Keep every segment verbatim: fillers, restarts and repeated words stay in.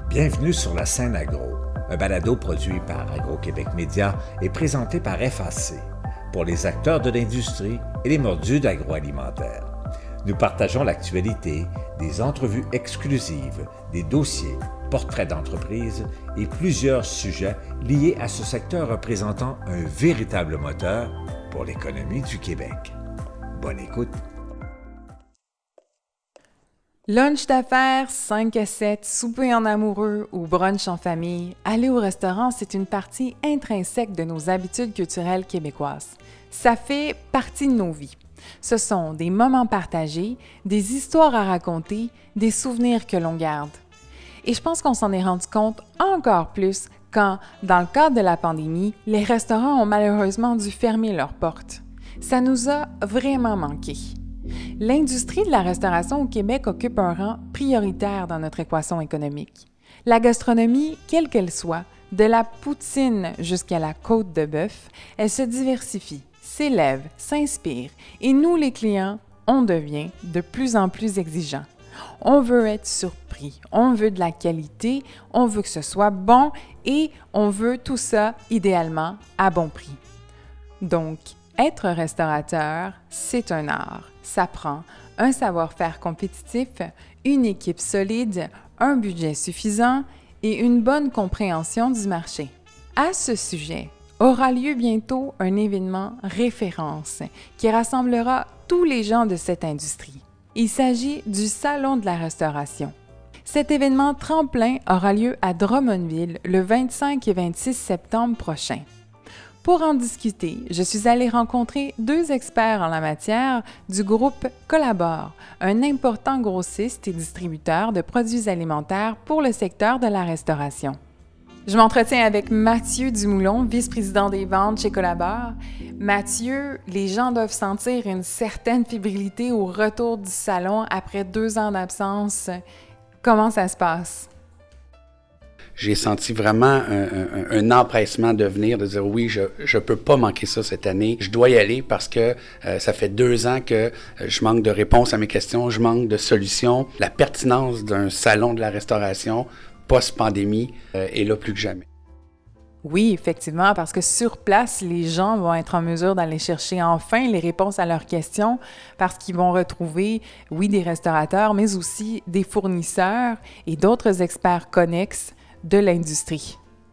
Bienvenue sur la scène agro, un balado produit par Agro-Québec Média et présenté par F A C, pour les acteurs de l'industrie et les mordus d'agroalimentaire. Nous partageons l'actualité, des entrevues exclusives, des dossiers, portraits d'entreprises et plusieurs sujets liés à ce secteur représentant un véritable moteur pour l'économie du Québec. Bonne écoute! Lunch d'affaires, cinq à sept, souper en amoureux ou brunch en famille, aller au restaurant, c'est une partie intrinsèque de nos habitudes culturelles québécoises. Ça fait partie de nos vies. Ce sont des moments partagés, des histoires à raconter, des souvenirs que l'on garde. Et je pense qu'on s'en est rendu compte encore plus quand, dans le cadre de la pandémie, les restaurants ont malheureusement dû fermer leurs portes. Ça nous a vraiment manqué. L'industrie de la restauration au Québec occupe un rang prioritaire dans notre équation économique. La gastronomie, quelle qu'elle soit, de la poutine jusqu'à la côte de bœuf, elle se diversifie, s'élève, s'inspire, et nous, les clients, on devient de plus en plus exigeants. On veut être surpris, on veut de la qualité, on veut que ce soit bon et on veut tout ça, idéalement, à bon prix. Donc, être restaurateur, c'est un art. Ça prend un savoir-faire compétitif, une équipe solide, un budget suffisant et une bonne compréhension du marché. À ce sujet, aura lieu bientôt un événement référence qui rassemblera tous les gens de cette industrie. Il s'agit du Salon de la restauration. Cet événement tremplin aura lieu à Drummondville le vingt-cinq et vingt-six septembre prochain. Pour en discuter, je suis allée rencontrer deux experts en la matière du groupe Collabore, un important grossiste et distributeur de produits alimentaires pour le secteur de la restauration. Je m'entretiens avec Mathieu Dumoulon, vice-président des ventes chez Collabore. Mathieu, les gens doivent sentir une certaine fébrilité au retour du salon après deux ans d'absence. Comment ça se passe? J'ai senti vraiment un, un, un empressement de venir, de dire oui, je je peux pas manquer ça cette année. Je dois y aller parce que euh, ça fait deux ans que euh, je manque de réponses à mes questions, je manque de solutions. La pertinence d'un salon de la restauration post-pandémie euh, est là plus que jamais. Oui, effectivement, parce que sur place, les gens vont être en mesure d'aller chercher enfin les réponses à leurs questions parce qu'ils vont retrouver, oui, des restaurateurs, mais aussi des fournisseurs et d'autres experts connexes de l'industrie.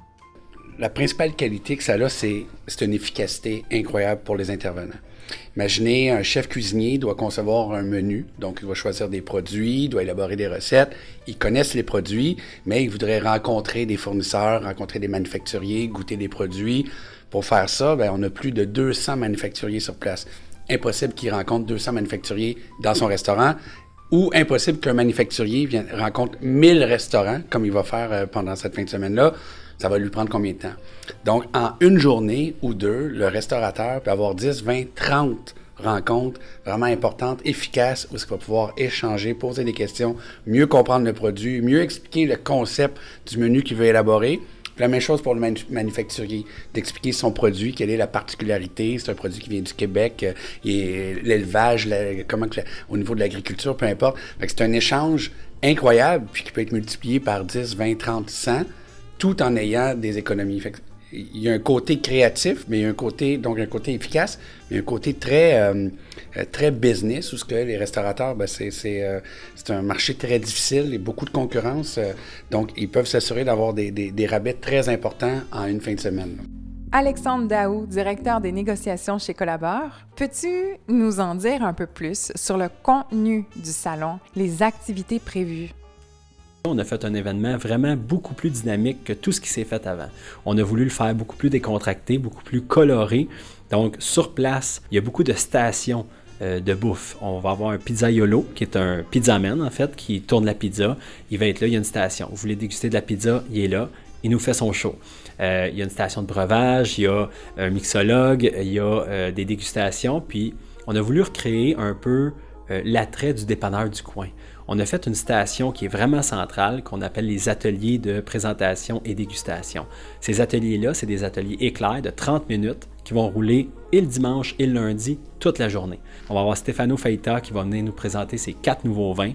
La principale qualité que ça a, c'est, c'est une efficacité incroyable pour les intervenants. Imaginez, un chef cuisinier doit concevoir un menu, donc il va choisir des produits, il doit élaborer des recettes, ils connaissent les produits, mais ils voudraient rencontrer des fournisseurs, rencontrer des manufacturiers, goûter des produits. Pour faire ça, bien, on a plus de deux cents manufacturiers sur place. Impossible qu'il rencontre deux cents manufacturiers dans son restaurant, ou impossible qu'un manufacturier vienne, rencontre mille restaurants, comme il va faire euh, pendant cette fin de semaine-là. Ça va lui prendre combien de temps? Donc, en une journée ou deux, le restaurateur peut avoir dix, vingt, trente rencontres vraiment importantes, efficaces, où il va pouvoir échanger, poser des questions, mieux comprendre le produit, mieux expliquer le concept du menu qu'il veut élaborer. La même chose pour le manu- manufacturier, d'expliquer son produit, quelle est la particularité, c'est un produit qui vient du Québec, euh, et l'élevage, la, comment que la, au niveau de l'agriculture, peu importe. Fait que c'est un échange incroyable, puis qui peut être multiplié par dix, vingt, trente, cent, tout en ayant des économies. Fait que, il y a un côté créatif, mais il y a un côté, donc un côté efficace, mais un côté très, euh, très business, où ce que les restaurateurs, ben c'est, c'est, euh, c'est un marché très difficile et beaucoup de concurrence, euh, donc ils peuvent s'assurer d'avoir des, des, des rabais très importants en une fin de semaine. Alexandre Daou, directeur des négociations chez Collabore, peux-tu nous en dire un peu plus sur le contenu du salon, les activités prévues? On a fait un événement vraiment beaucoup plus dynamique que tout ce qui s'est fait avant. On a voulu le faire beaucoup plus décontracté, beaucoup plus coloré. Donc, sur place, il y a beaucoup de stations euh, de bouffe. On va avoir un pizzaiolo, qui est un pizzaman, en fait, qui tourne la pizza. Il va être là, il y a une station. Vous voulez déguster de la pizza, il est là. Il nous fait son show. Euh, il y a une station de breuvage, il y a un mixologue, il y a euh, des dégustations. Puis, on a voulu recréer un peu euh, l'attrait du dépanneur du coin. On a fait une station qui est vraiment centrale, qu'on appelle les ateliers de présentation et dégustation. Ces ateliers-là, c'est des ateliers éclairs de trente minutes qui vont rouler et le dimanche et le lundi toute la journée. On va avoir Stefano Feita qui va venir nous présenter ses quatre nouveaux vins.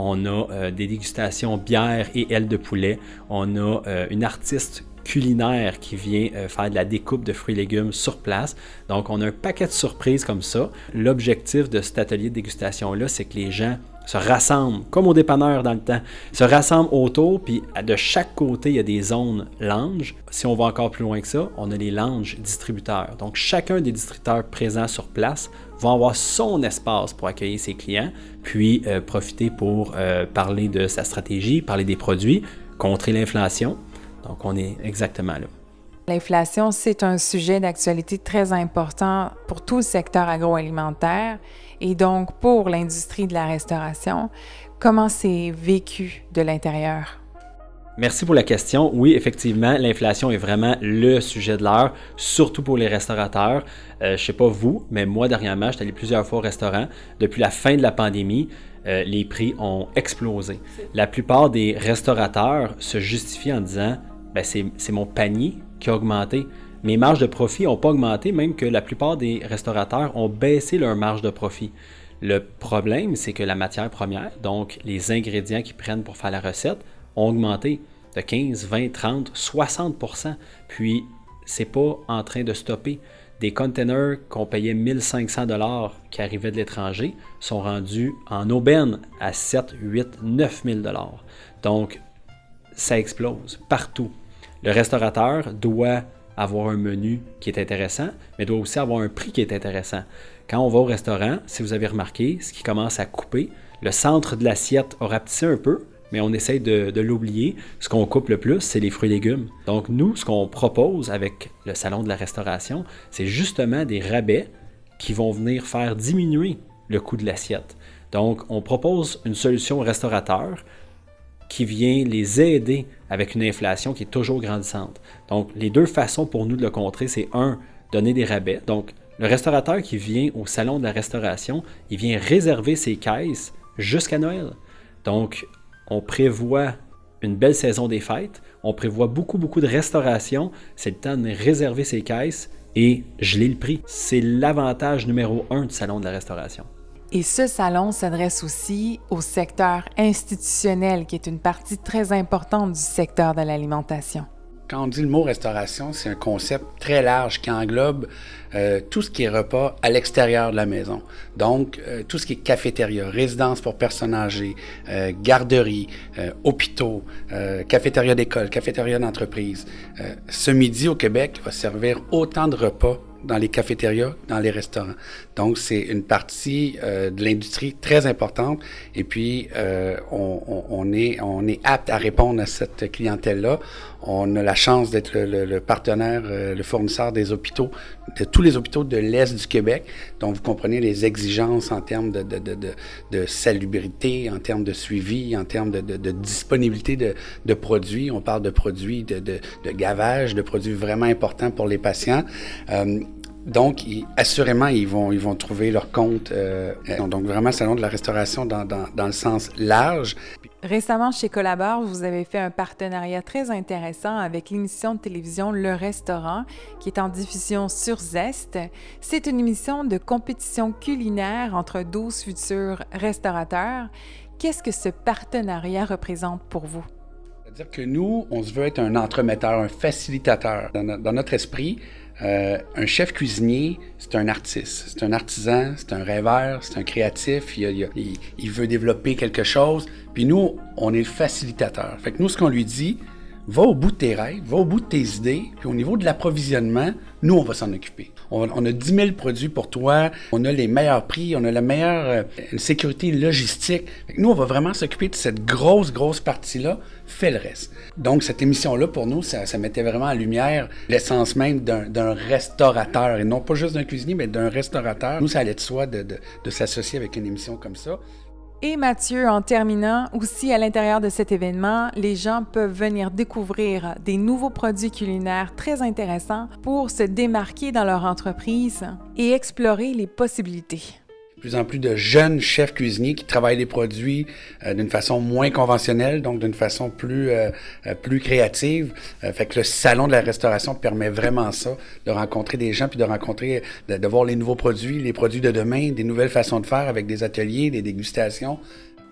On a euh, des dégustations bière et ailes de poulet. On a euh, une artiste culinaire qui vient euh, faire de la découpe de fruits et légumes sur place. Donc, on a un paquet de surprises comme ça. L'objectif de cet atelier de dégustation-là, c'est que les gens se rassemblent, comme au dépanneur dans le temps, se rassemblent autour, puis de chaque côté, il y a des zones lounge. Si on va encore plus loin que ça, on a les lounge distributeurs. Donc, chacun des distributeurs présents sur place va avoir son espace pour accueillir ses clients, puis euh, profiter pour euh, parler de sa stratégie, parler des produits, contrer l'inflation. Donc, on est exactement là. L'inflation, c'est un sujet d'actualité très important pour tout le secteur agroalimentaire et donc pour l'industrie de la restauration. Comment c'est vécu de l'intérieur? Merci pour la question. Oui, effectivement, l'inflation est vraiment le sujet de l'heure, surtout pour les restaurateurs. Euh, je ne sais pas vous, mais moi, dernièrement, je suis allé plusieurs fois au restaurant. Depuis la fin de la pandémie, euh, les prix ont explosé. La plupart des restaurateurs se justifient en disant ben, c'est, c'est mon panier qui a augmenté. Mes marges de profit n'ont pas augmenté, même que la plupart des restaurateurs ont baissé leur marge de profit. Le problème, c'est que la matière première, donc les ingrédients qu'ils prennent pour faire la recette, ont augmenté de quinze, vingt, trente, soixante pour cent. Puis, c'est pas en train de stopper. Des containers qu'on payait mille cinq cents dollars qui arrivaient de l'étranger sont rendus en aubaine à sept, huit, neuf mille dollars. Donc, ça explose partout. Le restaurateur doit avoir un menu qui est intéressant, mais doit aussi avoir un prix qui est intéressant. Quand on va au restaurant, si vous avez remarqué, ce qui commence à couper, le centre de l'assiette a rapetissé un peu, mais on essaye de, de l'oublier. Ce qu'on coupe le plus, c'est les fruits et légumes. Donc nous, ce qu'on propose avec le salon de la restauration, c'est justement des rabais qui vont venir faire diminuer le coût de l'assiette. Donc on propose une solution aux restaurateurs qui vient les aider avec une inflation qui est toujours grandissante. Donc, les deux façons pour nous de le contrer, c'est un, donner des rabais. Donc, le restaurateur qui vient au salon de la restauration, il vient réserver ses caisses jusqu'à Noël. Donc, on prévoit une belle saison des fêtes, on prévoit beaucoup, beaucoup de restauration, c'est le temps de réserver ses caisses et geler le prix. C'est l'avantage numéro un du salon de la restauration. Et ce salon s'adresse aussi au secteur institutionnel, qui est une partie très importante du secteur de l'alimentation. Quand on dit le mot restauration, c'est un concept très large qui englobe euh, tout ce qui est repas à l'extérieur de la maison. Donc, euh, tout ce qui est cafétéria, résidence pour personnes âgées, euh, garderie, euh, hôpitaux, euh, cafétéria d'école, cafétéria d'entreprise. Euh, ce midi, au Québec, il va servir autant de repas dans les cafétérias, dans les restaurants. Donc, c'est une partie euh, de l'industrie très importante. Et puis, euh, on, on, on, est, on est apte à répondre à cette clientèle-là. On a la chance d'être le, le, le partenaire, euh, le fournisseur des hôpitaux, de tous les hôpitaux de l'Est du Québec. Donc, vous comprenez les exigences en termes de, de, de, de, de salubrité, en termes de suivi, en termes de, de, de disponibilité de, de produits. On parle de produits de, de, de gavage, de produits vraiment importants pour les patients. Euh, Donc, ils, assurément, ils vont, ils vont trouver leur compte. Euh, donc, vraiment, salon de la restauration dans, dans, dans le sens large. Récemment, chez Collabore, vous avez fait un partenariat très intéressant avec l'émission de télévision Le Restaurant, qui est en diffusion sur Zest. C'est une émission de compétition culinaire entre douze futurs restaurateurs. Qu'est-ce que ce partenariat représente pour vous? C'est-à-dire que nous, on se veut être un entremetteur, un facilitateur. Dans, no- dans notre esprit, Euh, un chef cuisinier, c'est un artiste, c'est un artisan, c'est un rêveur, c'est un créatif, il, il, il, il veut développer quelque chose. Puis nous, on est le facilitateur. Fait que nous, ce qu'on lui dit, va au bout de tes rêves, va au bout de tes idées, puis au niveau de l'approvisionnement, nous, on va s'en occuper. On, on a dix mille produits pour toi, on a les meilleurs prix, on a la meilleure euh, sécurité logistique. Fait que nous, on va vraiment s'occuper de cette grosse, grosse partie-là, fais le reste. Donc, cette émission-là, pour nous, ça, ça mettait vraiment en lumière l'essence même d'un, d'un restaurateur, et non pas juste d'un cuisinier, mais d'un restaurateur. Nous, ça allait de soi de, de, de s'associer avec une émission comme ça. Et Mathieu, en terminant, aussi à l'intérieur de cet événement, les gens peuvent venir découvrir des nouveaux produits culinaires très intéressants pour se démarquer dans leur entreprise et explorer les possibilités. De plus en plus de jeunes chefs cuisiniers qui travaillent les produits euh, d'une façon moins conventionnelle, donc d'une façon plus euh, euh, plus créative. Euh, fait que le salon de la restauration permet vraiment ça, de rencontrer des gens puis de rencontrer, de, de voir les nouveaux produits, les produits de demain, des nouvelles façons de faire avec des ateliers, des dégustations.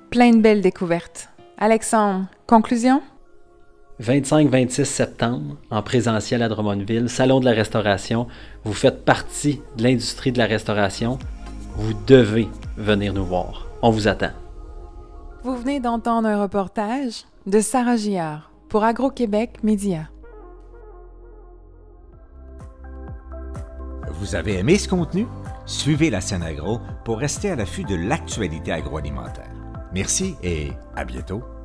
Plein de belles découvertes. Alexandre, conclusion? vingt-cinq vingt-six septembre, en présentiel à Drummondville, Salon de la Restauration. Vous faites partie de l'industrie de la restauration. Vous devez venir nous voir. On vous attend. Vous venez d'entendre un reportage de Sarah Giard pour Agro-Québec Média. Vous avez aimé ce contenu? Suivez la scène agro pour rester à l'affût de l'actualité agroalimentaire. Merci et à bientôt.